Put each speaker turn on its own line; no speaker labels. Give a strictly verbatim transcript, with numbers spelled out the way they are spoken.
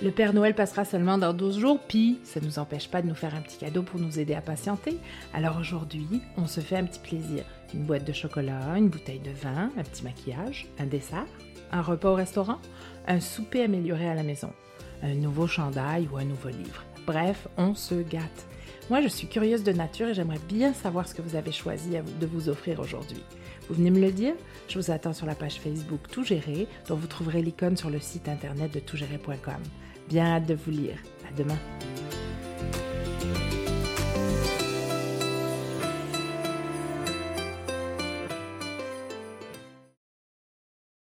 Le Père Noël passera seulement dans douze jours, puis ça ne nous empêche pas de nous faire un petit cadeau pour nous aider à patienter. Alors aujourd'hui, on se fait un petit plaisir. Une boîte de chocolat, une bouteille de vin, un petit maquillage, un dessert, un repas au restaurant, un souper amélioré à la maison, un nouveau chandail ou un nouveau livre. Bref, on se gâte. Moi, je suis curieuse de nature et j'aimerais bien savoir ce que vous avez choisi de vous offrir aujourd'hui. Vous venez me le dire? Je vous attends sur la page Facebook Tout Gérer, dont vous trouverez l'icône sur le site internet de tout gérer point com. Bien hâte de vous lire. À demain!